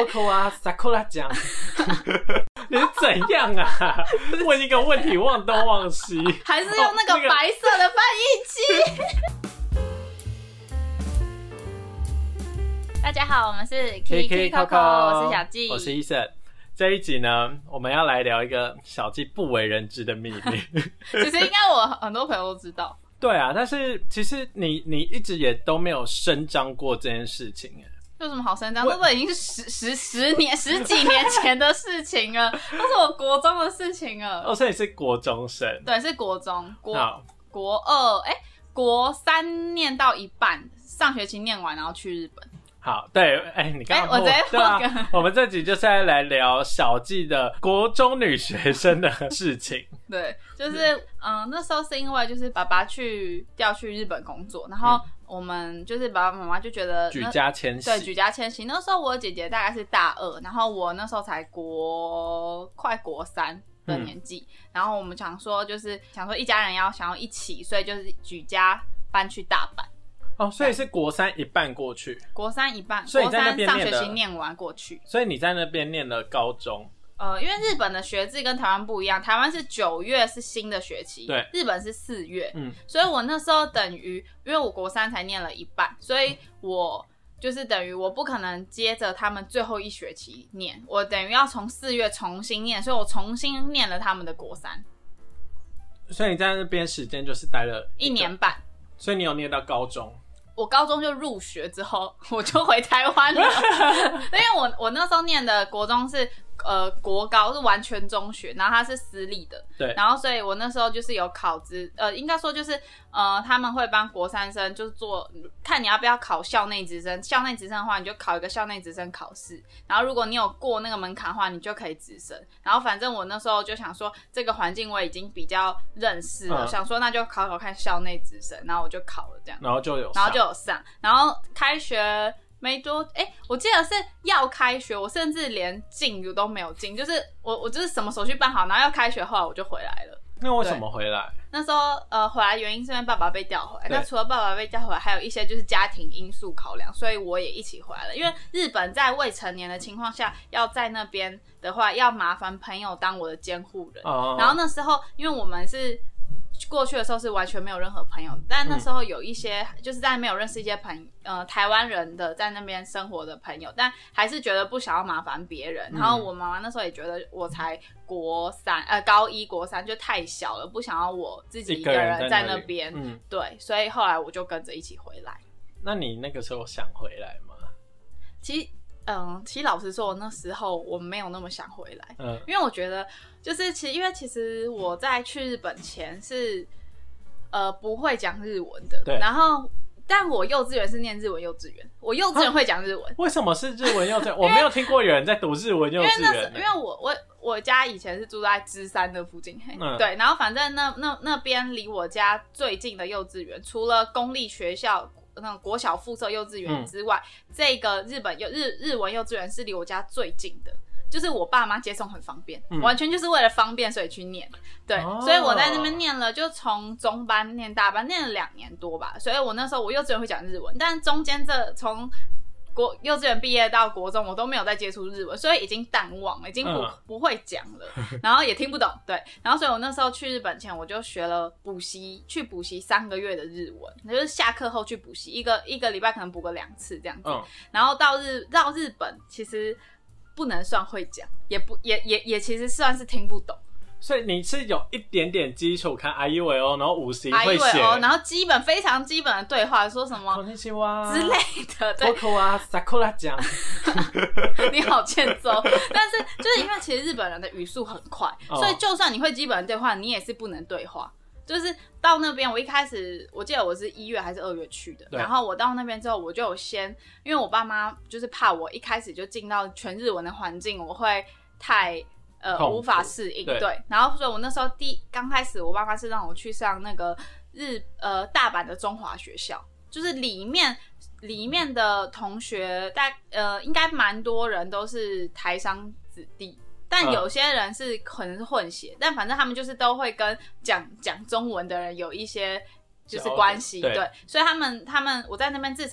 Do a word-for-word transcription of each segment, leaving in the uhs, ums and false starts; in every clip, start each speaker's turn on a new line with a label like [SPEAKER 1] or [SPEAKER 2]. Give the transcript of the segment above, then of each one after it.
[SPEAKER 1] Coco 啊 Sakura 酱你是怎样啊？问一个问题忘东忘西，
[SPEAKER 2] 还是用那个白色的翻译机、哦那个、大家好，我们是 Kiki Coco， 我是小纪，
[SPEAKER 1] 我是 Ethan。这一集呢，我们要来聊一个小纪不为人知的秘密
[SPEAKER 2] 其实应该我很多朋友都知道。
[SPEAKER 1] 对啊，但是其实你你一直也都没有声张过这件事情耶。
[SPEAKER 2] 有什么好声张？这都已经是十十十年十几年前的事情了，都是我国中的事情了。
[SPEAKER 1] 哦，所以你是国中生？
[SPEAKER 2] 对，是国中，国国二，哎、欸，国三念到一半，上学期念完，然后去日本。
[SPEAKER 1] 好，对，哎、欸，你刚刚、
[SPEAKER 2] 欸、我直接
[SPEAKER 1] 对啊，我们这集就是要来聊小纪的国中女学生的事情。
[SPEAKER 2] 对，就是嗯、呃，那时候是因为就是爸爸去调去日本工作，然后我们就是爸爸妈妈就觉得
[SPEAKER 1] 举家迁徙，
[SPEAKER 2] 对，举家迁徙。那时候我姐姐大概是大二，然后我那时候才国快国三的年纪、嗯，然后我们想说就是想说一家人要想要一起，所以就是举家搬去大阪。
[SPEAKER 1] 哦，所以是国三一半过去，
[SPEAKER 2] 国三一半，
[SPEAKER 1] 所以你在那边念
[SPEAKER 2] 国三上学期念完过去，
[SPEAKER 1] 所以你在那边念了高中。
[SPEAKER 2] 呃，因为日本的学制跟台湾不一样，台湾是九月是新的学期，
[SPEAKER 1] 对，
[SPEAKER 2] 日本是四月，
[SPEAKER 1] 嗯，
[SPEAKER 2] 所以我那时候等于，因为我国三才念了一半，所以我就是等于我不可能接着他们最后一学期念，我等于要从四月重新念，所以我重新念了他们的国三，
[SPEAKER 1] 所以你在那边时间就是待了
[SPEAKER 2] 一年半，
[SPEAKER 1] 所以你有念到高中。
[SPEAKER 2] 我高中就入学之后，我就回台湾了，因为我我那时候念的国中是呃国高，是完全中学，然后它是私立的，
[SPEAKER 1] 对，
[SPEAKER 2] 然后所以我那时候就是有考职，呃，应该说就是呃他们会帮国三生就是做看你要不要考校内直升，校内直升的话你就考一个校内直升考试，然后如果你有过那个门槛的话，你就可以直升。然后反正我那时候就想说这个环境我已经比较认识了，嗯、想说那就考考看校内直升，然后我就考了这样，
[SPEAKER 1] 然后就有，
[SPEAKER 2] 然后就有上，然后开学没多，哎、欸，我记得是要开学，我甚至连进都没有进，就是我我就是什么手续办好，然后要开学，后来我就回来了。
[SPEAKER 1] 那为什么回来？
[SPEAKER 2] 那时候呃回来原因是因为爸爸被调回来，那除了爸爸被调回来，还有一些就是家庭因素考量，所以我也一起回来了。因为日本在未成年的情况下，要在那边的话，要麻烦朋友当我的监护人。哦、然后那时候因为我们是。过去的时候是完全没有任何朋友，但那时候有一些、嗯、就是在没有认识一些朋呃台湾人的在那边生活的朋友，但还是觉得不想要麻烦别人、嗯。然后我妈妈那时候也觉得我才国三呃高一国三就太小了，不想要我自己一个人在那边，嗯，对，所以后来我就跟着一起回来。
[SPEAKER 1] 那你那个时候想回来吗？
[SPEAKER 2] 其实。嗯，其实老实说，我那时候我没有那么想回来，
[SPEAKER 1] 嗯，
[SPEAKER 2] 因为我觉得就是其实因为其实我在去日本前是呃不会讲日文的，
[SPEAKER 1] 对，
[SPEAKER 2] 然后但我幼稚园是念日文幼稚园，我幼稚园会讲日文。
[SPEAKER 1] 为什么是日文幼稚园？我没有听过有人在读日文幼稚园、欸，
[SPEAKER 2] 因为那因为我我我家以前是住在芝山的附近，嗯、对，然后反正那那那边离我家最近的幼稚园，除了公立学校。那种国小附设幼稚园之外、嗯，这个日本幼日日文幼稚园是离我家最近的，就是我爸妈接送很方便、嗯，完全就是为了方便所以去念。对、哦，所以我在那边念了，就从中班念大班，念了两年多吧。所以我那时候我幼稚园会讲日文，但中间这从国幼稚园毕业到国中，我都没有再接触日文，所以已经淡忘了，已经不、嗯、不会讲了，然后也听不懂。对，然后所以我那时候去日本前，我就学了补习，去补习三个月的日文，就是下课后去补习，一个一个礼拜可能补个两次这样子。嗯、然后到日到日本，其实不能算会讲，也不也也也其实算是听不懂。
[SPEAKER 1] 所以你是有一点点基础，看 I U L， 然后五十会写，
[SPEAKER 2] 然后基本非常基本的对话，说什么之类的，对
[SPEAKER 1] ，Coco 啊 ，Sakura 酱，
[SPEAKER 2] 你好欠揍。但是就是因为其实日本人的语速很快，哦、所以就算你会基本的对话，你也是不能对话。就是到那边，我一开始我记得我是一月还是二月去的，然后我到那边之后，我就有先，因为我爸妈就是怕我一开始就进到全日文的环境，我会太。呃，无法适应，对，对，然后所以我那时候第刚开始，我爸妈是让我去上那个日呃大阪的中华学校，就是里面里面的同学大呃应该蛮多人都是台商子弟，但有些人是可能是混血，嗯、但反正他们就是都会跟讲讲中文的人有一些就是关系，对，对，所以他们他们我在那边至少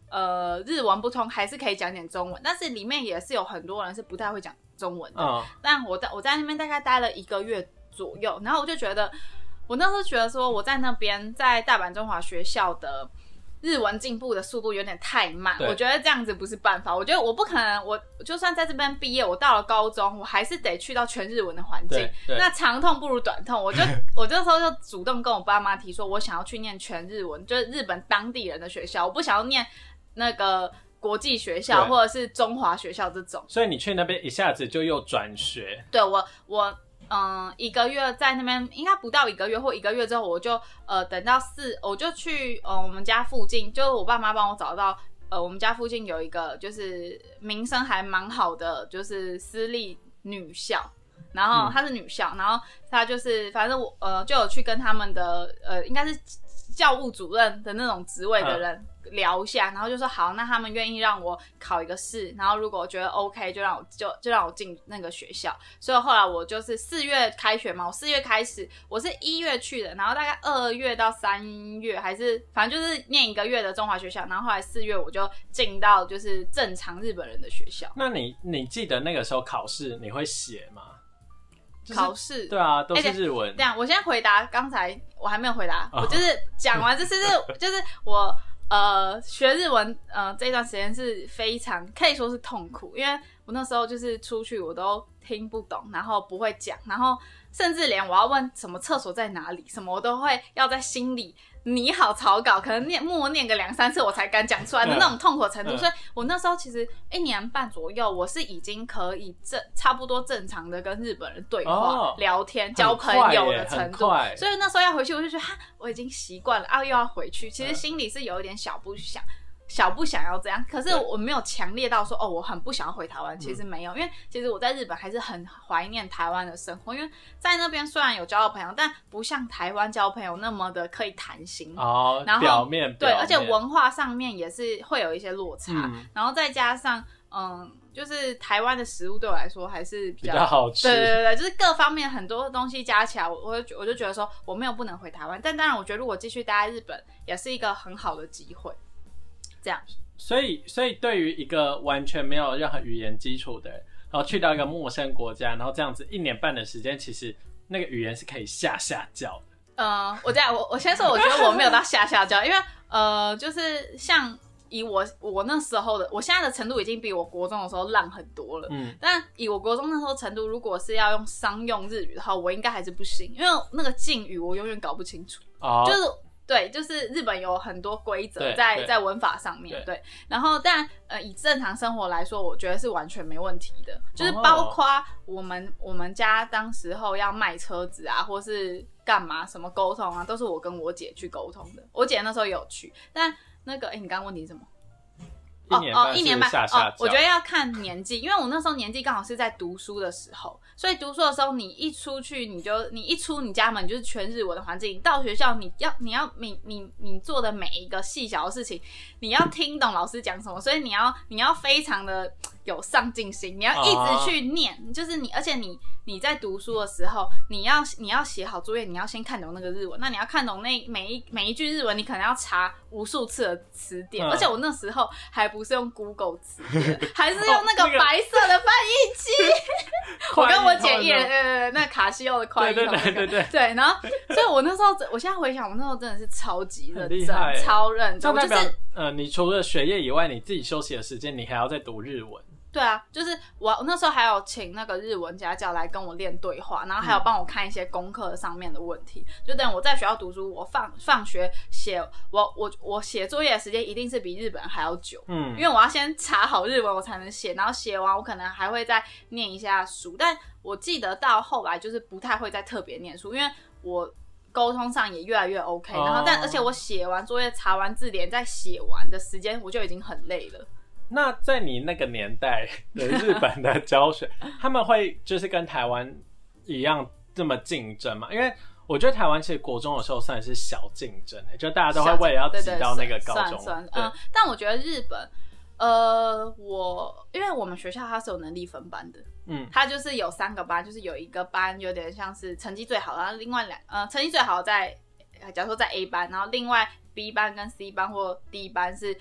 [SPEAKER 2] 呃日文不通，还是可以讲点中文，但是里面也是有很多人是不太会讲中文的。嗯、但我在我在那边大概待了一个月左右，然后我就觉得，我那时候觉得说我在那边在大阪中华学校的日文进步的速度有点太慢，我觉得这样子不是办法。我觉得我不可能，我就算在这边毕业，我到了高中，我还是得去到全日文的环境。那长痛不如短痛，我就我这时候就主动跟我爸妈提说，我想要去念全日文，就是日本当地人的学校，我不想要念那个国际学校或者是中华学校这种。
[SPEAKER 1] 所以你去那边一下子就又转学？
[SPEAKER 2] 对，我我。嗯，一个月在那边应该不到一个月，或一个月之后我就呃等到四，我就去呃我们家附近，就是我爸妈帮我找到呃我们家附近有一个就是名声还蛮好的就是私立女校，然后她是女校，嗯、然后她就是反正我呃就有去跟他们的呃应该是教务主任的那种职位的人。嗯聊一下，然后就说好，那他们愿意让我考一个试，然后如果我觉得 OK， 就让我就就让我进那个学校。所以后来我就是四月开学嘛，我四月开始，我是一月去的，然后大概二月到三月还是反正就是念一个月的中华学校，然后后来四月我就进到就是正常日本人的学校。
[SPEAKER 1] 那你你记得那个时候考试你会写吗？
[SPEAKER 2] 就是、考试
[SPEAKER 1] 对啊，都是日文。
[SPEAKER 2] 这样、欸，我先回答刚才我还没有回答，哦、我就是讲完这次是就是我。呃，学日文，呃，这段时间是非常可以说是痛苦，因为我那时候就是出去我都听不懂，然后不会讲，然后甚至连我要问什么厕所在哪里，什么我都会要在心里拟好草稿，可能念默念个两三次我才敢讲出来的那种痛苦程度。所以我那时候其实一年半左右，我是已经可以正差不多正常的跟日本人对话、哦、聊天、交朋友的程度。所以那时候要回去，我就觉得哈，我已经习惯了啊，又要回去，其实心里是有一点小不想。小不想要这样，可是我没有强烈到说哦，我很不想要回台湾。其实没有，因为其实我在日本还是很怀念台湾的生活，因为在那边虽然有交到朋友，但不像台湾交朋友那么的可以谈心
[SPEAKER 1] 哦。然后表面
[SPEAKER 2] 对，而且文化上面也是会有一些落差，嗯、然后再加上嗯，就是台湾的食物对我来说还是比较,
[SPEAKER 1] 比较好吃。
[SPEAKER 2] 对对对，就是各方面很多东西加起来，我我我就觉得说我没有不能回台湾，但当然我觉得如果继续待在日本也是一个很好的机会。这样，
[SPEAKER 1] 所以，所以对于一个完全没有任何语言基础的人，然后去到一个陌生国家，然后这样子一年半的时间，其实那个语言是可以下下教的。
[SPEAKER 2] 呃，我这样，我我先说，我觉得我没有到下下教，因为呃，就是像以我我那时候的，我现在的程度已经比我国中的时候烂很多了。嗯，但以我国中那时候程度，如果是要用商用日语的话，我应该还是不行，因为那个敬语我永远搞不清楚。哦，就是。对，就是日本有很多规则在在文法上面， 对, 对，然后但呃以正常生活来说，我觉得是完全没问题的，就是包括我们、哦、我们家当时候要卖车子啊，或是干嘛什么沟通啊，都是我跟我姐去沟通的。我姐那时候也有去，但那个哎，你刚刚问题是什么？
[SPEAKER 1] 一年半是下下教。
[SPEAKER 2] 哦，我觉得要看年纪，因为我那时候年纪刚好是在读书的时候，所以读书的时候你一出去你就你一出你家门就是全日文的环境，你到学校你要你要你你你做的每一个细小的事情，你要听懂老师讲什么，所以你要你要非常的有上进心，你要一直去念，哦、就是你而且你你在读书的时候，你要你要写好作业，你要先看懂那个日文，那你要看懂那每一每一句日文，你可能要查无数次的词典，嗯、而且我那时候还不是用 Google 词典，还是用那个白色的翻译器。我跟我姐一人，对对对，那卡西欧的快译通，对对对对对。然后，所以我那时候，我现在回想，我那时候真的是超级认真，超认真。就是
[SPEAKER 1] 呃，你除了学业以外，你自己休息的时间，你还要再读日文。
[SPEAKER 2] 对啊，就是我那时候还有请那个日文家教来跟我练对话，然后还有帮我看一些功课上面的问题。嗯、就等我在学校读书，我放放学写我我我写作业的时间一定是比日本人还要久，嗯，因为我要先查好日文我才能写，然后写完我可能还会再念一下书。但我记得到后来就是不太会再特别念书，因为我沟通上也越来越 OK，、哦、然后但而且我写完作业查完字典再写完的时间我就已经很累了。
[SPEAKER 1] 那在你那个年代的日本的教学，他们会就是跟台湾一样这么竞争吗？因为我觉得台湾其实国中的时候算是小竞争、欸，就大家都会为了要挤到那个高中。
[SPEAKER 2] 对对算算嗯，但我觉得日本，呃，我因为我们学校它是有能力分班的，嗯，它就是有三个班，就是有一个班有点像是成绩最好的，然后另外两呃成绩最好在，假如说在 A 班，然后另外 B 班跟 C 班或 D 班是。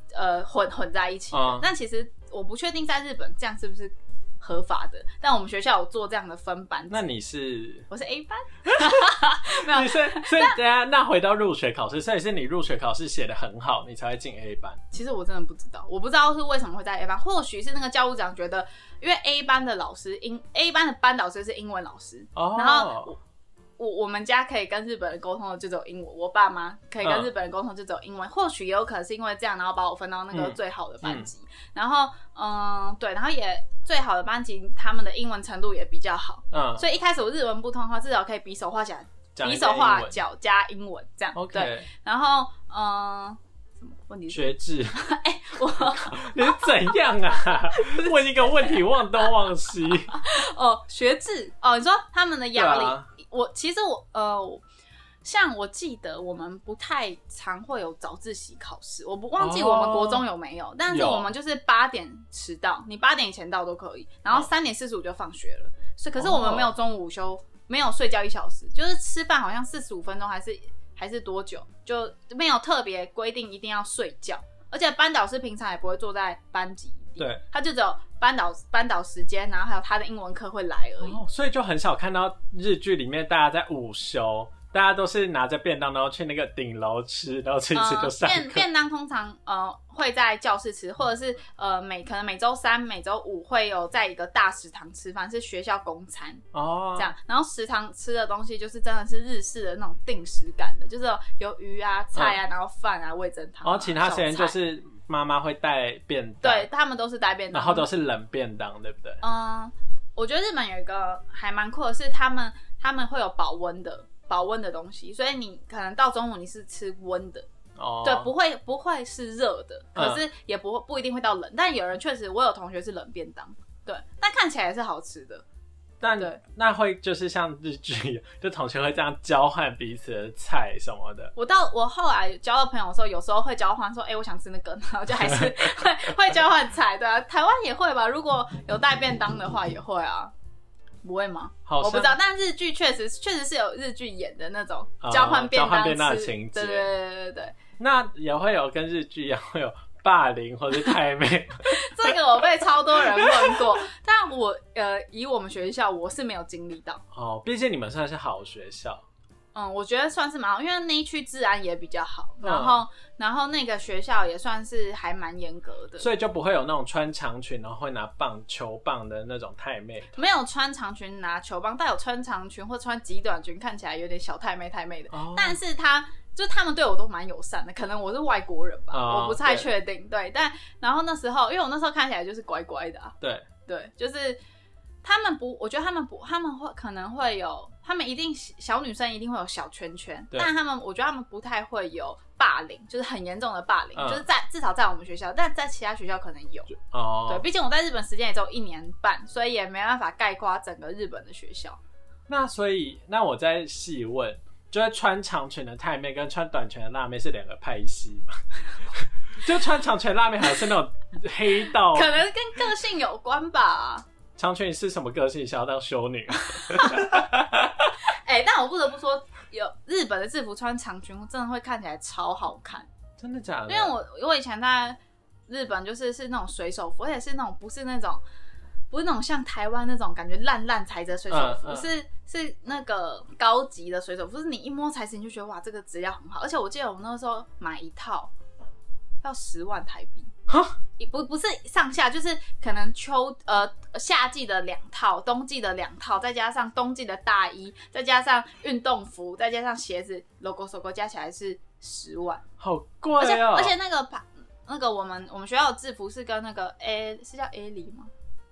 [SPEAKER 2] 呃混混在一起的。
[SPEAKER 1] 嗯、
[SPEAKER 2] 但其实我不确定在日本这样是不是合法的，但我们学校有做这样的分班。
[SPEAKER 1] 那你是？
[SPEAKER 2] 我是 A 班，没有。
[SPEAKER 1] 你是所以等下那回到入学考试，所以是你入学考试写得很好，你才会进 A 班。
[SPEAKER 2] 其实我真的不知道，我不知道是为什么会在 A 班，或许是那个教务长觉得，因为 A 班的老师英 A 班的班导师是英文老师，哦、然后我我们家可以跟日本人沟通的就只有英文，我爸妈可以跟日本人沟通就只有英文，嗯、或许也有可能是因为这样，然后把我分到那个最好的班级，嗯、然后嗯对，然后也最好的班级他们的英文程度也比较好，嗯，所以一开始我日文不通的话，至少可以比手画脚，比手画脚加英文这样
[SPEAKER 1] ，OK，
[SPEAKER 2] 对，然后嗯。什么问题是？
[SPEAKER 1] 学制。
[SPEAKER 2] 哎、欸，我
[SPEAKER 1] 你是怎样啊？问一个问题忘东忘西。
[SPEAKER 2] 哦，学制哦，你说他们的压力，啊、我其实我呃，像我记得我们不太常会有早自习考试，我不忘记我们国中有没有，哦、但是我们就是八点迟到，你八点以前到都可以，然后三点四十五就放学了，所以可是我们没有中午午休，没有睡觉一小时，就是吃饭好像四十五分钟还是。还是多久，就没有特别规定一定要睡觉，而且班导师平常也不会坐在班级里，
[SPEAKER 1] 对，
[SPEAKER 2] 他就只有班导班导时间，然后还有他的英文课会来而已，
[SPEAKER 1] 哦，所以就很少看到日剧里面大家在午休，大家都是拿着便当然后去那个顶楼吃，然后吃一吃就上课。呃、
[SPEAKER 2] 便便当通常呃会在教室吃，或者是呃每可能每周三、每周五会有在一个大食堂吃饭，是学校公餐哦，这样。然后食堂吃的东西就是真的是日式的那种定时感的，就是有鱼啊、菜啊，嗯、然后饭啊、味噌汤、啊。
[SPEAKER 1] 然后其他时间就是妈妈会带便当，
[SPEAKER 2] 对他们都是带便当，
[SPEAKER 1] 然后都是冷便当，对不对？
[SPEAKER 2] 嗯，我觉得日本有一个还蛮酷的是，他们他们会有保温的。保温的东西，所以你可能到中午你是吃温的，哦，对，不会不会是热的，可是也不不一定会到冷，嗯、但有人确实，我有同学是冷便当，对，但看起来也是好吃的。
[SPEAKER 1] 但对那会就是像日剧，就同学会这样交换彼此的菜什么的。
[SPEAKER 2] 我到我后来交到朋友的时候，有时候会交换说，哎、欸，我想吃那个，然后就还是会会交换菜，对啊，台湾也会吧？如果有带便当的话，也会啊。不会吗？我不知道，但日剧确实确实是有日剧演的那种交换便当吃、
[SPEAKER 1] 呃、的情节，
[SPEAKER 2] 对对对对对。
[SPEAKER 1] 那也会有跟日剧一样会有霸凌或者太妹，
[SPEAKER 2] 这个我被超多人问过，但我呃以我们学校我是没有经历到。
[SPEAKER 1] 哦，毕竟你们算是好学校。
[SPEAKER 2] 嗯，我觉得算是蛮好，因为那一区治安也比较好，然后、嗯、然后那个学校也算是还蛮严格的，
[SPEAKER 1] 所以就不会有那种穿长裙然后会拿棒球棒的那种太妹。
[SPEAKER 2] 没有穿长裙拿球棒，但有穿长裙或穿极短裙，看起来有点小太妹太妹的。哦、但是他就是他们对我都蛮友善的，可能我是外国人吧，哦、我不太确定。对，但然后那时候因为我那时候看起来就是乖乖的、啊，
[SPEAKER 1] 对
[SPEAKER 2] 对，就是他们不，我觉得他们不，他们会可能会有。他们一定小女生一定会有小圈圈，但他们我觉得他们不太会有霸凌，就是很严重的霸凌，嗯、就是在至少在我们学校，但在其他学校可能有。哦，对，毕竟我在日本时间也只有一年半，所以也没办法概括整个日本的学校。
[SPEAKER 1] 那所以，那我再细问，就是穿长裙的太妹跟穿短裙的辣妹是两个派系吗？就穿长裙辣妹还是那种黑道？
[SPEAKER 2] 可能跟个性有关吧。
[SPEAKER 1] 长裙是什么个性？想要当修女？
[SPEAKER 2] 哎、欸，但我不得不说，有日本的制服穿长裙真的会看起来超好看。
[SPEAKER 1] 真的假的？
[SPEAKER 2] 因为我我以前在日本就是是那种水手服，而且是那种不是那种不是那种像台湾那种感觉烂烂材质水手服，嗯嗯、是是那个高级的水手服，是你一摸材质你就觉得哇，这个质量很好。而且我记得我那个时候买一套要十万台币。不不是上下，就是可能秋呃夏季的两套，冬季的两套，再加上冬季的大衣，再加上运动服，再加上鞋子 ，logo 手勾加起来是十万，
[SPEAKER 1] 好贵哦！
[SPEAKER 2] 而且而且那个那个我们我们学校的制服是跟那个 A 是叫 A 里吗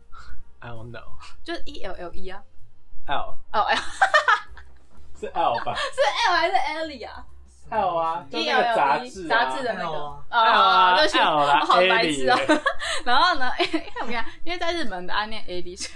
[SPEAKER 1] ？I don't know，
[SPEAKER 2] 就是 E L L E 啊
[SPEAKER 1] ，L
[SPEAKER 2] 哦 L
[SPEAKER 1] 是 L 吧？
[SPEAKER 2] 是 L 还是 L 里啊？
[SPEAKER 1] 还有啊，就那个杂志、啊，
[SPEAKER 2] 杂志的那个，
[SPEAKER 1] 啊啊，
[SPEAKER 2] 对不起，
[SPEAKER 1] 我
[SPEAKER 2] 好白痴哦。然后呢，因为怎么样？因为在日本的安念 A D，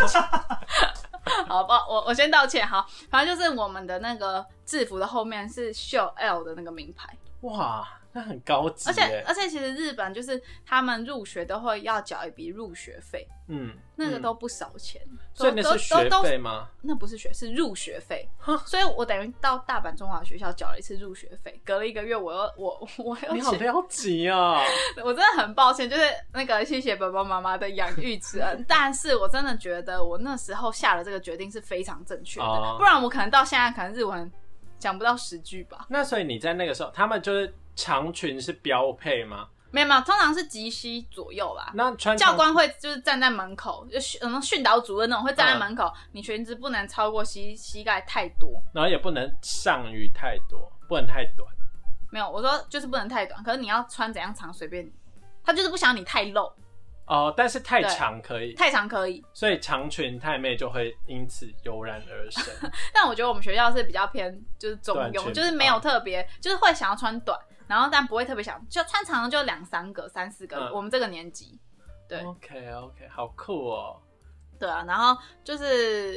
[SPEAKER 2] 好吧，我我先道歉。好，反正就是我们的那个制服的后面是绣 L 的那个名牌。
[SPEAKER 1] 哇， 那很高级耶。
[SPEAKER 2] 而且而且其实日本就是他们入学都会要缴一笔入学费，嗯，那个都不少钱。嗯、
[SPEAKER 1] 所以那是学费吗？
[SPEAKER 2] 那不是学，是入学费。所以我等于到大阪中华学校缴了一次入学费，隔了一个月我又我我又
[SPEAKER 1] 你好了急啊！
[SPEAKER 2] 我真的很抱歉，就是那个谢谢爸爸妈妈的养育之恩，但是我真的觉得我那时候下了这个决定是非常正确的，哦、不然我可能到现在可能日文讲不到十句吧。
[SPEAKER 1] 那所以你在那个时候，他们就是长裙是标配吗？
[SPEAKER 2] 没有没有，通常是及膝左右啦。
[SPEAKER 1] 那穿
[SPEAKER 2] 教官会就是站在门口，就嗯训导主任那种会站在门口，嗯、你裙子不能超过膝膝盖太多，
[SPEAKER 1] 然后也不能上于太多，不能太短。
[SPEAKER 2] 没有，我说就是不能太短，可是你要穿怎样长随便你，他就是不想你太露。
[SPEAKER 1] 哦，但是太长可以，
[SPEAKER 2] 太长可以，
[SPEAKER 1] 所以长裙太妹就会因此油然而生。
[SPEAKER 2] 但我觉得我们学校是比较偏就是中庸，就是没有特别，就是会想要穿短，然后但不会特别想，就穿长的就两三个、三四个。嗯、我们这个年级，对
[SPEAKER 1] ，OK OK， 好酷哦。
[SPEAKER 2] 对啊，然后就是。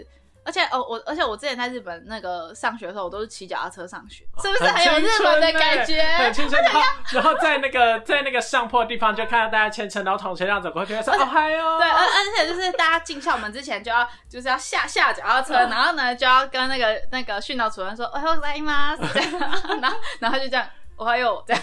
[SPEAKER 2] 而且哦，我而且我之前在日本那个上学的时候，我都是骑脚踏车上学，是不是很有日本的感觉？
[SPEAKER 1] 很青春。然后，然后在那个在那个上坡的地方，就看到大家牵车，然后同学这样走过去，说好嗨哦。
[SPEAKER 2] 对，而而且就是大家进校门之前就要就是要下下脚踏车，然后呢就要跟那个那个训导主任说おはようございます，然后然后就这样おはよう这样。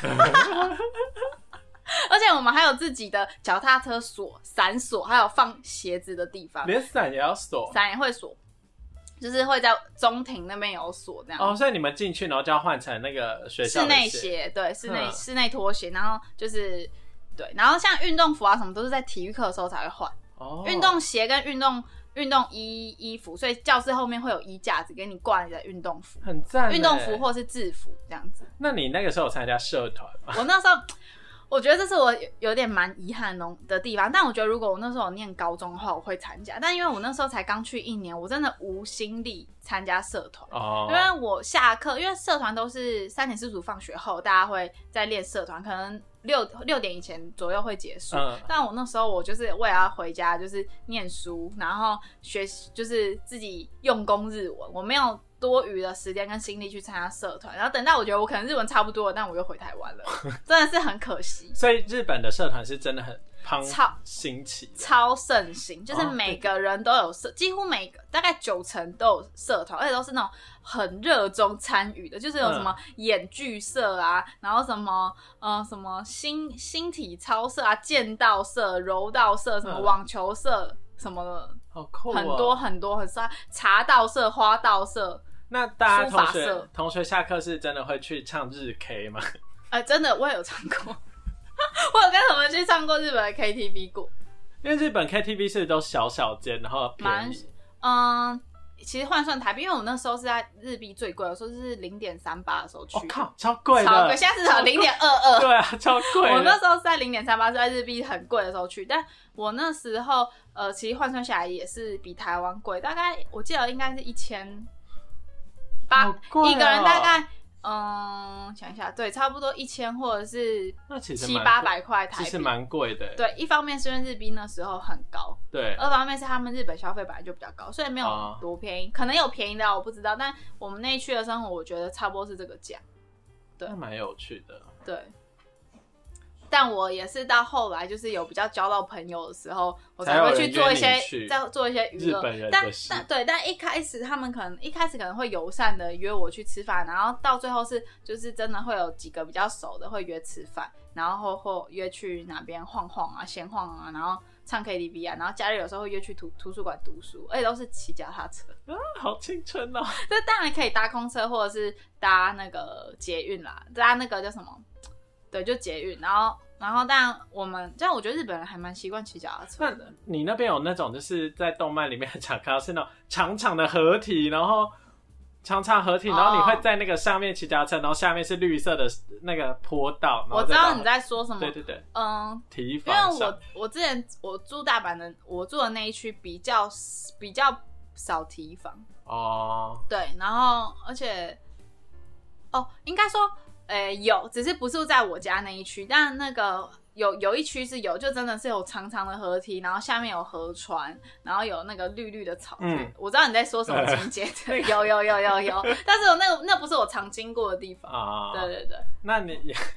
[SPEAKER 2] 而且我们还有自己的脚踏车锁、伞锁，还有放鞋子的地方。
[SPEAKER 1] 连伞也要锁？
[SPEAKER 2] 伞也会锁。就是会在中庭那边有锁这样
[SPEAKER 1] 哦，所以你们进去然后就要换成那个学校的
[SPEAKER 2] 室内鞋，对，室内、嗯、室内拖鞋，然后就是对，然后像运动服啊什么都是在体育课的时候才会换哦，运动鞋跟运动运动衣衣服，所以教室后面会有衣架子给你挂你的运动服，
[SPEAKER 1] 很赞，
[SPEAKER 2] 运动服或是制服这样子。
[SPEAKER 1] 那你那个时候有参加社团吗？
[SPEAKER 2] 我那时候。我觉得这是我有点蛮遗憾的地方，但我觉得如果我那时候有念高中的话，我会参加。但因为我那时候才刚去一年，我真的无心力参加社团。哦。因为我下课，因为社团都是三点四十五放学后，大家会在练社团，可能六六点以前左右会结束。嗯。但我那时候我就是为了要回家，就是念书，然后学就是自己用功日文，我没有多余的时间跟心力去参加社团，然后等到我觉得我可能日文差不多了，但我又回台湾了，真的是很可惜。
[SPEAKER 1] 所以日本的社团是真的很超兴起，
[SPEAKER 2] 超盛行，就是每个人都有社，几乎每个大概九成都有社团，而且都是那种很热衷参与的，就是有什么演剧社啊，然后什么呃什么新新体操社啊、剑道社、柔道社、什么网球社什么的，
[SPEAKER 1] 好酷哦，
[SPEAKER 2] 很多很多很多茶道社、花道社。
[SPEAKER 1] 那大家同学同学下课是真的会去唱日 K 吗？
[SPEAKER 2] 哎、欸，真的，我也有唱过，我有跟他们去唱过日本的 K T V 过。
[SPEAKER 1] 因为日本 K T V 是都小小间，然后便宜。
[SPEAKER 2] 嗯，其实换算台币，因为我那时候是在日币最贵的时候，是零点三八的时候去。我、
[SPEAKER 1] 哦、靠，超贵的！
[SPEAKER 2] 超贵，现在是零点二二。
[SPEAKER 1] 对啊，超贵。
[SPEAKER 2] 我那时候是在零点三八，是在日币很贵的时候去，但我那时候呃，其实换算下来也是比台湾贵，大概我记得应该是一千。八、哦、一个人大概，嗯，想一下，对，差不多一千或者是七八百块台币，
[SPEAKER 1] 其实蛮贵的。
[SPEAKER 2] 对，一方面是因为日币那时候很高，
[SPEAKER 1] 对；
[SPEAKER 2] 二方面是他们日本消费本来就比较高，所以没有多便宜，哦、可能有便宜的我不知道，但我们那一区的生活，我觉得差不多是这个价。对，
[SPEAKER 1] 那蛮有趣的。
[SPEAKER 2] 对。但我也是到后来，就是有比较交到朋友的时候，我才会去做一些，再做一些娱乐。但但对，但一开始他们可能一开始可能会友善的约我去吃饭，然后到最后是就是真的会有几个比较熟的会约吃饭，然后或约去哪边晃晃啊、闲晃啊，然后唱 K T V 啊，然后假日有时候会约去图图书馆读书，而且都是骑脚踏车
[SPEAKER 1] 啊，好青春哦！
[SPEAKER 2] 这当然可以搭公车或者是搭那个捷运啦，搭那个叫什么？对，就捷运，然后。然后，但我们这样，我觉得日本人还蛮习惯骑脚踏车的。
[SPEAKER 1] 你那边有那种就是在动漫里面很常看到是那种长长的合体，然后长长合体，然后你会在那个上面骑脚踏车，然后下面是绿色的那个坡道。
[SPEAKER 2] 我知道你在说什么。
[SPEAKER 1] 对对对，
[SPEAKER 2] 嗯，
[SPEAKER 1] 提防。
[SPEAKER 2] 因为我我之前我住大阪的，我住的那一区比较比较少提防。哦。对，然后而且，哦，应该说。欸、有，只是不是在我家那一区，但那个有有一区是有，就真的是有长长的河堤，然后下面有河船，然后有那个绿绿的草地、嗯、我知道你在说什么情节、呃、有有有有有但是我那个那不是我常经过的地方啊。对对对，
[SPEAKER 1] 那你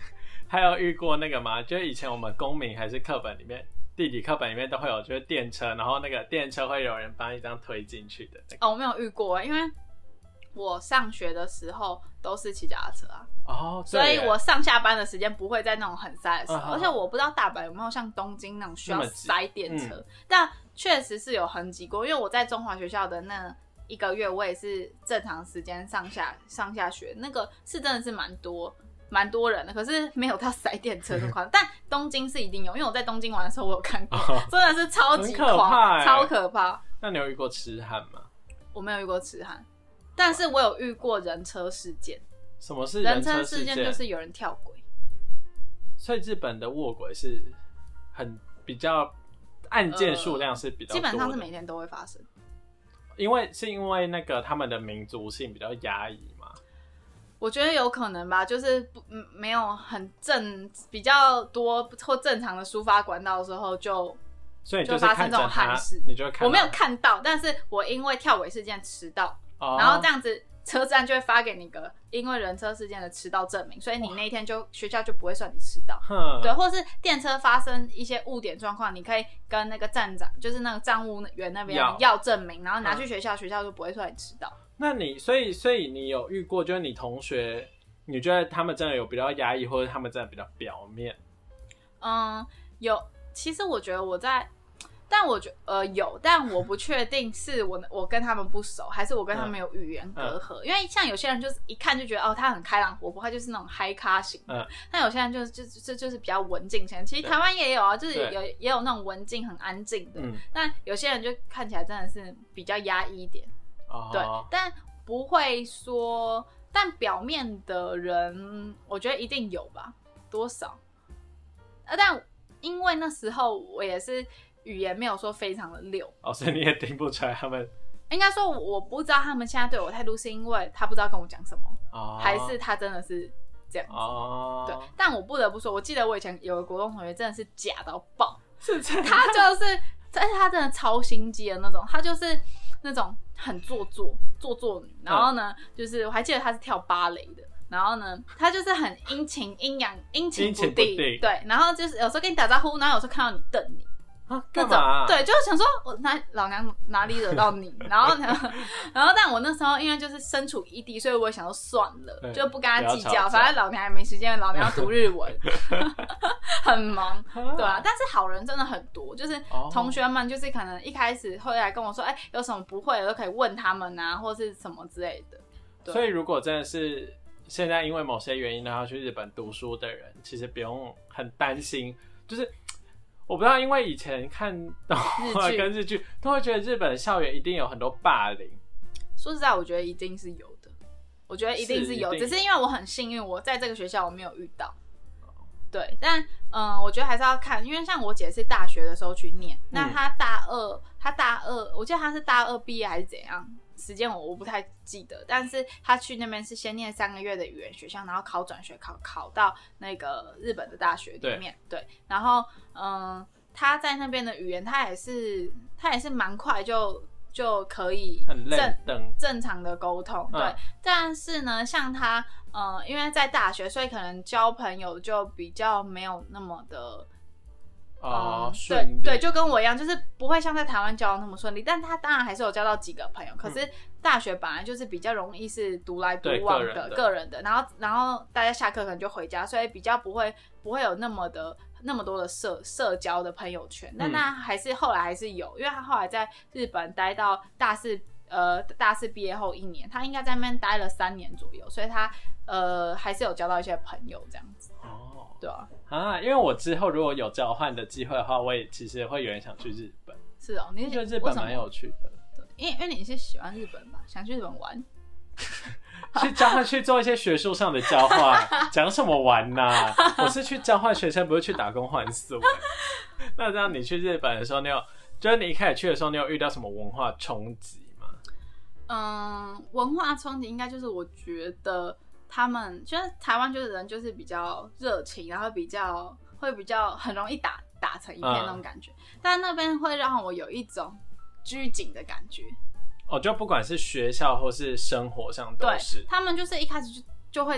[SPEAKER 1] 还有遇过那个吗？就是以前我们公民还是课本里面。地理课本里面都会有，就是电车，然后那个电车会有人帮你这样推进去的、那個。
[SPEAKER 2] 哦，我没有遇过，因为我上学的时候都是骑脚踏车啊。
[SPEAKER 1] 哦，
[SPEAKER 2] 所以我上下班的时间不会在那种很塞的时候，
[SPEAKER 1] 嗯、
[SPEAKER 2] 而且我不知道大阪有没有像东京那种需要塞电车，嗯、但确实是有很挤过。因为我在中华学校的那一个月，我也是正常时间上下上下学，那个是真的是蛮多。蛮多人的，可是没有到塞电车这块。但东京是一定有，因为我在东京玩的时候我有看过，哦、真的是超级狂，
[SPEAKER 1] 很可怕欸、
[SPEAKER 2] 超可怕。
[SPEAKER 1] 那你有遇过痴汉吗？
[SPEAKER 2] 我没有遇过痴汉，但是我有遇过人车事件。
[SPEAKER 1] 什么是
[SPEAKER 2] 人
[SPEAKER 1] 车
[SPEAKER 2] 事件？就是有人跳轨。
[SPEAKER 1] 所以日本的卧轨是很比较案件数量是比较多的、
[SPEAKER 2] 呃，基本上是每天都会发生。
[SPEAKER 1] 因为是因为那个他们的民族性比较压抑嘛。
[SPEAKER 2] 我觉得有可能吧，就是不没有很正比较多或正常的抒发管道的时候就，
[SPEAKER 1] 所以你就
[SPEAKER 2] 发生这种憾事。
[SPEAKER 1] 你就会看到，
[SPEAKER 2] 我没有看到，但是我因为跳轨事件迟到，
[SPEAKER 1] 哦、
[SPEAKER 2] 然后这样子车站就会发给你个因为人车事件的迟到证明，所以你那一天就学校就不会算你迟到。对，或是电车发生一些误点状况，你可以跟那个站长，就是那个站务员那边要证明，然后拿去学校，学校就不会算你迟到。
[SPEAKER 1] 那你所以所以你有遇过，就是你同学，你觉得他们真的有比较压抑，或者他们真的比较表面？
[SPEAKER 2] 嗯，有。其实我觉得我在，但我觉得呃有，但我不确定是我我跟他们不熟，还是我跟他们有语言隔阂。嗯、因为像有些人就是一看就觉得哦，他很开朗活泼，他就是那种嗨咖型的。嗯、但有些人就是就就就是比较文静型。其实台湾也有啊，就是有也有那种文静很安静的。嗯、但有些人就看起来真的是比较压抑一点。
[SPEAKER 1] 哦、
[SPEAKER 2] 对，但不会说，但表面的人，我觉得一定有吧，多少。呃，但因为那时候我也是语言没有说非常的溜，
[SPEAKER 1] 哦，所以你也听不出来他们。
[SPEAKER 2] 应该说我不知道他们现在对我态度是因为他不知道跟我讲什么，哦、还是他真的是这样子。
[SPEAKER 1] 哦，
[SPEAKER 2] 对，但我不得不说，我记得我以前有个国中同学真的是假到爆，
[SPEAKER 1] 是这样，
[SPEAKER 2] 他就是，而且他真的超心机的那种，他就是那种很做作、做作女。然后呢，嗯、就是我还记得他是跳芭蕾的。然后呢，他就是很阴晴阴阳、阴晴不定，对。然后就是有时候跟你打招呼，然后有时候看到你瞪你，
[SPEAKER 1] 啊，干嘛、啊？
[SPEAKER 2] 对，就是想说我哪老娘哪里惹到你？然后呢，然后但我那时候因为就是身处异地，所以我也想说算了，就不跟他计较，反正老娘还没时间，老娘要读日文，很忙，对啊。但是好人真的很多，就是同学们就是可能一开始会来跟我说，哎、欸，有什么不会的都可以问他们啊，或是什么之类的。
[SPEAKER 1] 所以如果真的是。现在因为某些原因，然后去日本读书的人，其实不用很担心。就是我不知道，因为以前看动画跟日剧，都会觉得日本的校园一定有很多霸凌。
[SPEAKER 2] 说实在，我觉得一定是有的。我觉得一定是有，是只是因为我很幸运，我在这个学校我没有遇到。对，但嗯、呃，我觉得还是要看，因为像我姐是大学的时候去念，嗯、那她大二，她大二，我记得她是大二毕业还是怎样？时间我我不太记得，但是他去那边是先念三个月的语言学校，然后考转学考考到那个日本的大学里面，对，对然后嗯，他在那边的语言他也是他也是蛮快就就可以正正常的沟通，对，嗯、但是呢，像他嗯，因为在大学，所以可能交朋友就比较没有那么的。
[SPEAKER 1] 哦、
[SPEAKER 2] 嗯，对对，就跟我一样，就是不会像在台湾交往那么顺利，但他当然还是有交到几个朋友。可是大学本来就是比较容易是独来独往的、个人的，个人的然后然后大家下课可能就回家，所以比较不会不会有那么的那么多的社社交的朋友圈。但他还是后来还是有，因为他后来在日本待到大四，呃，大四毕业后一年，他应该在那边待了三年左右，所以他呃还是有交到一些朋友这样子。哦，对啊。
[SPEAKER 1] 啊，因为我之后如果有交换的机会的话，我也其实会有点想去日本。
[SPEAKER 2] 是哦，你
[SPEAKER 1] 觉得日本蛮有趣的。
[SPEAKER 2] 对，因为因为你是喜欢日本吧，想去日本玩。
[SPEAKER 1] 去交换去做一些学术上的交换，讲什么玩呐、啊？我是去交换学生，不是去打工换宿。那这样你去日本的时候，你有就是你一开始去的时候，你有遇到什么文化冲击吗？
[SPEAKER 2] 嗯，文化冲击应该就是我觉得。他们就是台湾，就是人就是比较热情，然后比较会比较很容易打打成一片那种感觉，嗯、但那边会让我有一种拘谨的感觉。
[SPEAKER 1] 哦，就不管是学校或是生活上都是，
[SPEAKER 2] 对他们就是一开始就就会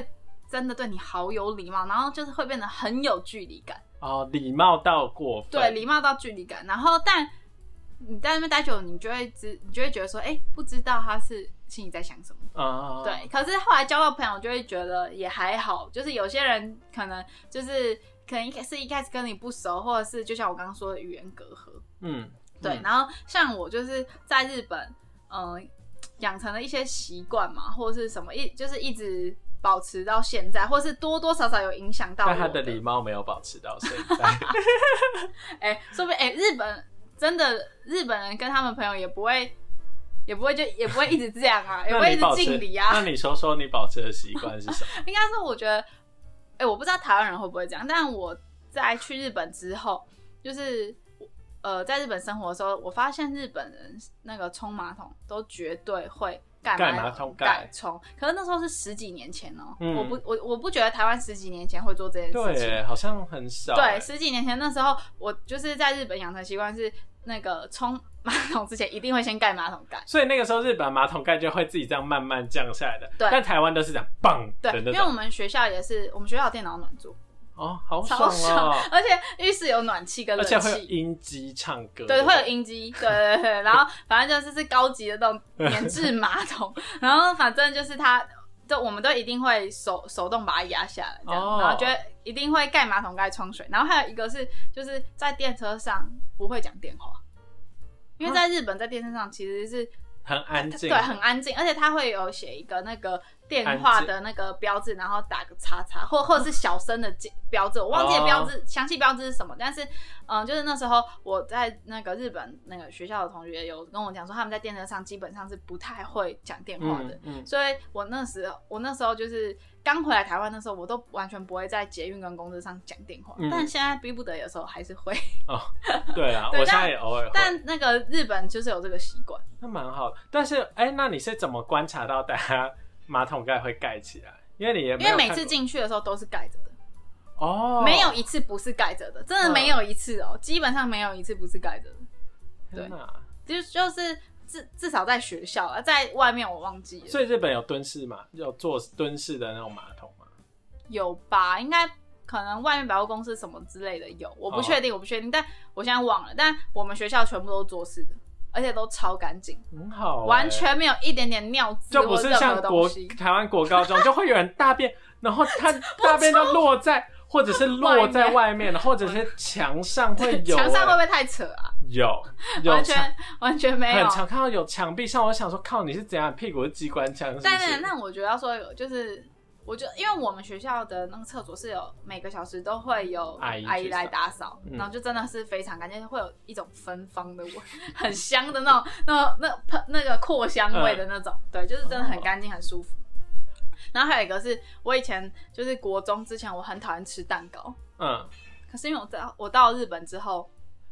[SPEAKER 2] 真的对你好有礼貌，然后就是会变得很有距离感。
[SPEAKER 1] 哦，礼貌到过分。
[SPEAKER 2] 对，礼貌到距离感。然后，但你在那边待久了，你就会知，你就会觉得说，哎、欸，不知道他是心里在想什么。
[SPEAKER 1] 哦、
[SPEAKER 2] 对，可是后来交到朋友，就会觉得也还好。就是有些人可能就是可能一开始一开始跟你不熟，或者是就像我刚刚说的语言隔阂。嗯，对。嗯、然后像我就是在日本，嗯、呃，养成了一些习惯嘛，或者是什么一就是一直保持到现在，或是多多少少有影响到我的。
[SPEAKER 1] 但他的礼貌没有保持到现在。
[SPEAKER 2] 哎、欸，说不定哎、欸，日本真的日本人跟他们朋友也不会。也不会就也不会一直这样啊，也不会一直敬礼啊。
[SPEAKER 1] 那你说说你保持的习惯是什么？
[SPEAKER 2] 应该是我觉得，哎、欸，我不知道台湾人会不会这样，但我在去日本之后，就是呃，在日本生活的时候，我发现日本人那个冲马桶都绝对会盖
[SPEAKER 1] 马桶
[SPEAKER 2] 盖冲，可是那时候是十几年前哦、喔嗯，我不我我不觉得台湾十几年前会做这件事情，
[SPEAKER 1] 对，好像很少。
[SPEAKER 2] 对，十几年前那时候，我就是在日本养成习惯是。那个冲马桶之前一定会先盖马桶盖，
[SPEAKER 1] 所以那个时候日本马桶盖就会自己这样慢慢降下来的。
[SPEAKER 2] 对，
[SPEAKER 1] 但台湾都是这样棒的那种。
[SPEAKER 2] 对，因为我们学校也是，我们学校有电脑暖桌。
[SPEAKER 1] 哦，好爽哦！
[SPEAKER 2] 而且浴室有暖气跟冷气，
[SPEAKER 1] 而且会有音机唱歌。
[SPEAKER 2] 对，会有音机，对对对。然后反正就是是高级的那种免治马桶，然后反正就是它，就我们都一定会手手动把它压下来，这样，哦、然后觉得一定会盖马桶盖冲水。然后还有一个是，就是在电车上不会讲电话。因为在日本，在电车上其实是
[SPEAKER 1] 很安静，
[SPEAKER 2] 对，很安静，而且它会有写一个那个电话的那个标志，然后打个叉叉，或或者是小声的标志，我忘记了标志详细标志是什么。但是，嗯，就是那时候我在那个日本那个学校的同学有跟我讲说，他们在电车上基本上是不太会讲电话的，嗯嗯、所以我那时候我那时候就是刚回来台湾的时候，我都完全不会在捷运跟公车上讲电话，嗯、但现在逼不得已的时候还是会。哦，
[SPEAKER 1] 对啊，我现在也偶尔会。
[SPEAKER 2] 但那个日本就是有这个习惯，
[SPEAKER 1] 那蛮好的。但是，哎、欸，那你是怎么观察到大家马桶盖会盖起来？因为你也没有，
[SPEAKER 2] 因为每次进去的时候都是盖着的。
[SPEAKER 1] 哦，
[SPEAKER 2] 没有一次不是盖着的，真的没有一次哦、喔嗯，基本上没有一次不是盖着的。对，就就是至至少在学校啊，在外面我忘记了。
[SPEAKER 1] 所以日本有蹲式嘛？有做蹲式的那种马桶吗？
[SPEAKER 2] 有吧，应该可能外面百货公司什么之类的有，我不确定，哦、我不确定，但我现在忘了。但我们学校全部都是坐式的。而且都超干净，
[SPEAKER 1] 很好、欸，
[SPEAKER 2] 完全没有一点点尿渍，
[SPEAKER 1] 就不是像国台湾国高中就会有人大便，然后他大便就落在，或者是落在外面，或者是墙上会有、欸，
[SPEAKER 2] 墙上会不会太扯啊？
[SPEAKER 1] 有，有
[SPEAKER 2] 完全完全没有，
[SPEAKER 1] 很常看到有墙壁上，我想说靠，你是怎样屁股是机关枪？
[SPEAKER 2] 对对，那我觉得要说有就是。我觉得，因为我们学校的那个厕所是有每个小时都会有阿姨来打扫，然后就真的是非常干净，会有一种芬芳的味，很香的那种、那种、那喷那个扩香味的那种，嗯、对，就是真的很干净、很舒服。然后还有一个是我以前就是国中之前，我很讨厌吃蛋糕，嗯，可是因为我到我到日本之后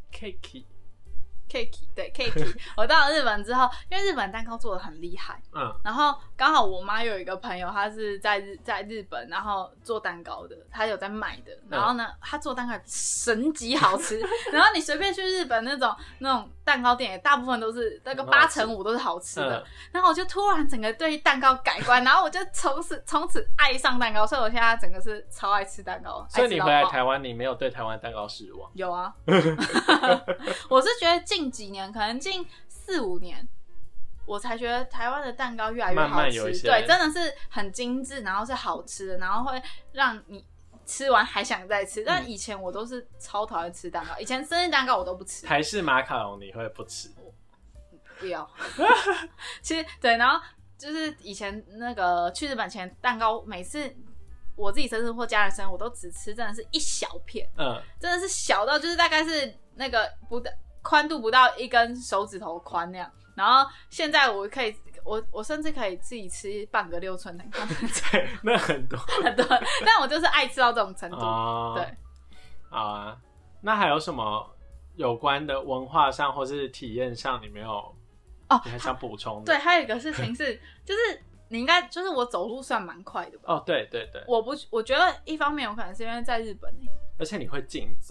[SPEAKER 1] ，cake。cake
[SPEAKER 2] 对 cake， 我到了日本之后，因为日本蛋糕做的很厉害，嗯，然后刚好我妈有一个朋友，她是在日在日本，然后做蛋糕的，她有在卖的，然后呢，她做蛋糕神级好吃，然后你随便去日本那种那种蛋糕店，也大部分都是那个八成五都是好吃的，嗯、然后我就突然整个对蛋糕改观，然后我就从此从此爱上蛋糕，所以我现在整个是超爱吃蛋糕。
[SPEAKER 1] 所以你回来台湾，你没有对台湾蛋糕失望？
[SPEAKER 2] 有啊，我是觉得近几年，可能近四五年，我才觉得台湾的蛋糕越来越好吃，慢慢有一些对，真的是很精致，然后是好吃的，然后会让你吃完还想再吃。嗯、但以前我都是超讨厌吃蛋糕，以前生日蛋糕我都不吃。
[SPEAKER 1] 台式马卡龙你会不吃？
[SPEAKER 2] 不要。其实对，然后就是以前那个去日本前，蛋糕每次我自己生日或家人生日，我都只吃真的是一小片，嗯，真的是小到就是大概是那个不宽度不到一根手指头宽那样。然后现在我可以，我我甚至可以自己吃半个六寸蛋糕，
[SPEAKER 1] 对，那很多
[SPEAKER 2] 很多，但我就是爱吃到这种程度。哦、对，
[SPEAKER 1] 好啊，那还有什么有关的文化上或是体验上，你没有哦？你还想补充的？
[SPEAKER 2] 对，还有一个事情是，就是你应该就是我走路算蛮快的吧？
[SPEAKER 1] 哦，对对对，
[SPEAKER 2] 我不，我觉得一方面有可能是因为在日本、欸，
[SPEAKER 1] 而且你会竞走。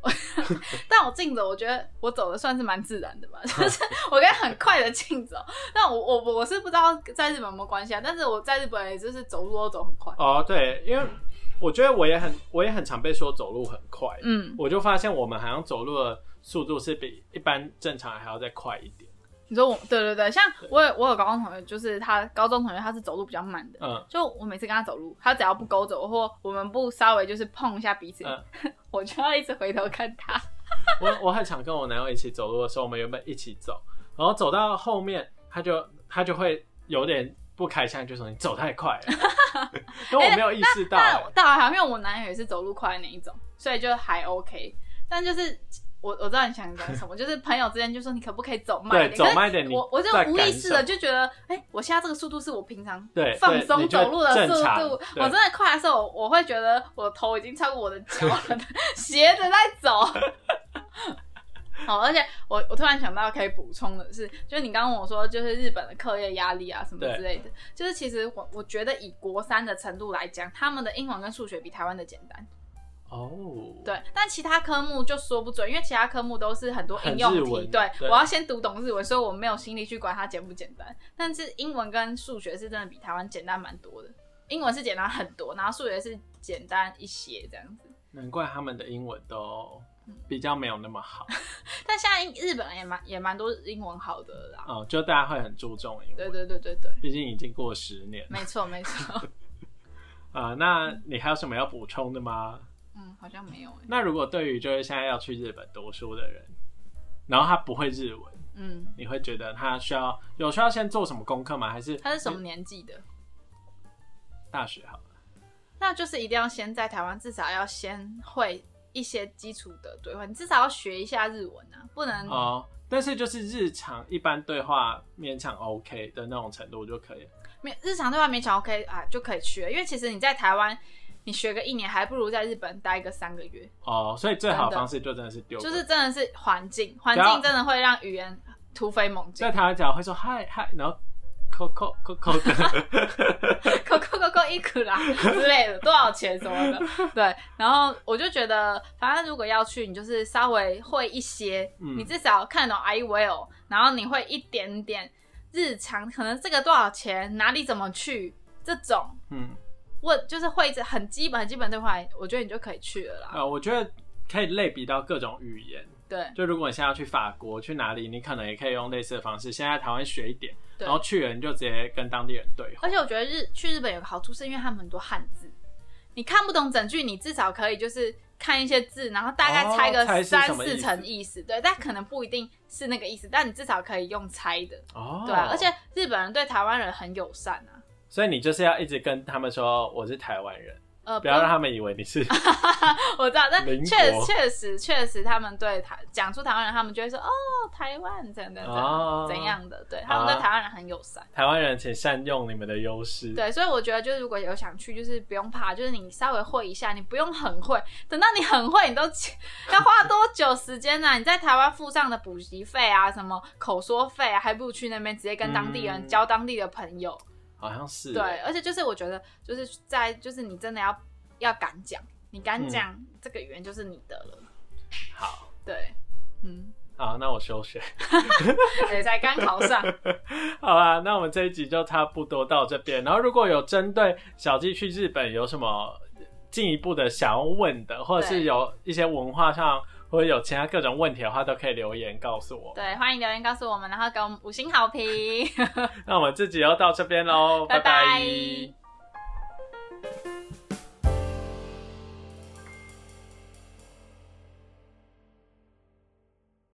[SPEAKER 2] 但我竞走，我觉得我走的算是蛮自然的吧，就是我可以很快的竞走。但我我我是不知道在日本有没有关系啊，但是我在日本也就是走路都走很快。
[SPEAKER 1] 哦，对，因为我觉得我也很我也很常被说走路很快，
[SPEAKER 2] 嗯，
[SPEAKER 1] 我就发现我们好像走路的速度是比一般正常人还要再快一点。
[SPEAKER 2] 你说我对对对，像我有我有高中同学，就是他高中同学他是走路比较慢的，嗯，就我每次跟他走路，他只要不勾着我或我们不稍微就是碰一下彼此，嗯、我就要一直回头看他。
[SPEAKER 1] 我我很常跟我男友一起走路的时候，我们原本一起走，然后走到后面，他就他就会有点不开心，就说你走太快了，因为我没有意识到、欸。
[SPEAKER 2] 但还好，因为我男友也是走路快的那一种，所以就还 OK。但就是我我知道你想讲什么，就是朋友之间就说你可不可以走慢一点？
[SPEAKER 1] 对，走慢一点。
[SPEAKER 2] 我我就无意识的就觉得，哎、欸，我现在这个速度是我平常放松走路的速度。我真的快的时候，我会觉得我的头已经超过我的脚了，斜着在走。好，而且我我突然想到可以补充的是，就是你刚刚问我说，就是日本的课业压力啊什么之类的，就是其实我我觉得以国三的程度来讲，他们的英文跟数学比台湾的简单。哦， oh. 对，但其他科目就说不准，因为其他科目都是很多应用题，对，对，我要先读懂日文，所以我没有心力去管它简不简单。但是英文跟数学是真的比台湾简单蛮多的，英文是简单很多，然后数学是简单一些这样子。
[SPEAKER 1] 难怪他们的英文都比较没有那么好。
[SPEAKER 2] 但现在日本也蛮也蛮多英文好的啦。
[SPEAKER 1] 哦，就大家会很注重英文。
[SPEAKER 2] 对对对对对，
[SPEAKER 1] 毕竟已经过十年。
[SPEAKER 2] 没错没错。
[SPEAKER 1] 啊、呃，那你还有什么要补充的吗？
[SPEAKER 2] 嗯，好像没有欸。
[SPEAKER 1] 那如果对于就是现在要去日本读书的人，然后他不会日文，嗯，你会觉得他需要有需要先做什么功课吗？还是
[SPEAKER 2] 他是什么年纪的？
[SPEAKER 1] 大学好了。
[SPEAKER 2] 那就是一定要先在台湾至少要先会一些基础的对话，你至少要学一下日文啊，不能
[SPEAKER 1] 哦。但是就是日常一般对话勉强 OK 的那种程度就可以了。
[SPEAKER 2] 日常对话勉强 OK 啊就可以去了，因为其实你在台湾。你学个一年，还不如在日本待个三个月
[SPEAKER 1] 哦。所以最好的方式就真的是丢，
[SPEAKER 2] 就是真的是环境，环境真的会让语言突飞猛进。
[SPEAKER 1] 在台湾讲会说嗨嗨，然后扣扣扣扣
[SPEAKER 2] 扣扣扣扣一克啦之类的，多少钱什么的，对。然后我就觉得，反正如果要去，你就是稍微会一些，嗯、你至少看得懂 I will， 然后你会一点点日常，可能这个多少钱，哪里怎么去这种，嗯。问就是会很基本很基本对话，我觉得你就可以去了啦。
[SPEAKER 1] 呃，我觉得可以类比到各种语言。
[SPEAKER 2] 对，
[SPEAKER 1] 就如果你现在要去法国，去哪里，你可能也可以用类似的方式。现在台湾学一点，然后去了你就直接跟当地人对话。
[SPEAKER 2] 而且我觉得日去日本有个好处，是因为他们很多汉字，你看不懂整句，你至少可以就是看一些字，然后大概猜个三四成意思。对，但可能不一定是那个意思，但你至少可以用猜的。哦，对啊，而且日本人对台湾人很友善啊。
[SPEAKER 1] 所以你就是要一直跟他们说我是台湾人，呃，不要让他们以为你是
[SPEAKER 2] 我知道，但确确实确实他们对台讲出台湾人，他们就会说哦，台湾怎样怎样、哦、怎样的，对，他们对台湾人很友善。
[SPEAKER 1] 台湾人请善用你们的优势。
[SPEAKER 2] 对，所以我觉得就是如果有想去，就是不用怕，就是你稍微会一下，你不用很会，等到你很会，你都要花多久时间啊？你在台湾付上的补习费啊，什么口说费啊，还不如去那边直接跟当地人、嗯、交当地的朋友。
[SPEAKER 1] 好像是
[SPEAKER 2] 对，而且就是我觉得就是在就是你真的要要敢讲，你敢讲、嗯、这个语言就是你的了。
[SPEAKER 1] 好，
[SPEAKER 2] 对，嗯，
[SPEAKER 1] 好，那我休学，
[SPEAKER 2] 也才刚考上。
[SPEAKER 1] 好啦，那我们这一集就差不多到这边。然后如果有针对小纪去日本有什么进一步的想要问的，或者是有一些文化上或者有其他各种问题的话，都可以留言告诉我。
[SPEAKER 2] 对，欢迎留言告诉我们，然后给我们五星好评。
[SPEAKER 1] 那我们这集就到这边咯，拜拜。